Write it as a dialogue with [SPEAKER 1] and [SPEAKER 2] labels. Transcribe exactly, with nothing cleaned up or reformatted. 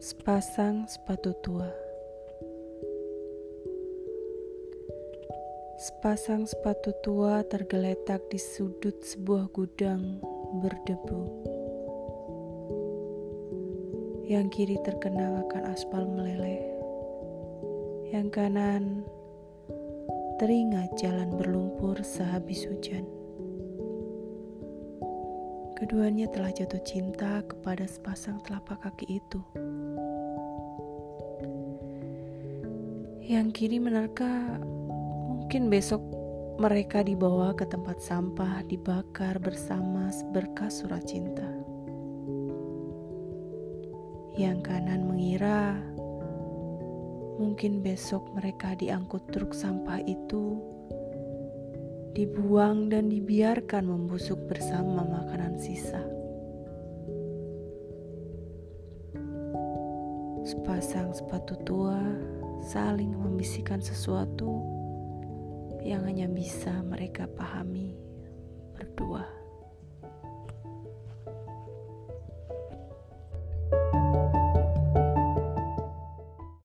[SPEAKER 1] Sepasang sepatu tua. Sepasang sepatu tua tergeletak di sudut sebuah gudang berdebu. Yang kiri terkenang akan aspal meleleh. Yang kanan teringat jalan berlumpur sehabis hujan. Keduanya telah jatuh cinta kepada sepasang telapak kaki itu. Yang kiri menerka, mungkin besok mereka dibawa ke tempat sampah, dibakar bersama seberkas surat cinta. Yang kanan mengira, mungkin besok mereka diangkut truk sampah itu, dibuang dan dibiarkan membusuk bersama makanan sisa. Sepasang sepatu tua saling membisikkan sesuatu yang hanya bisa mereka pahami berdua.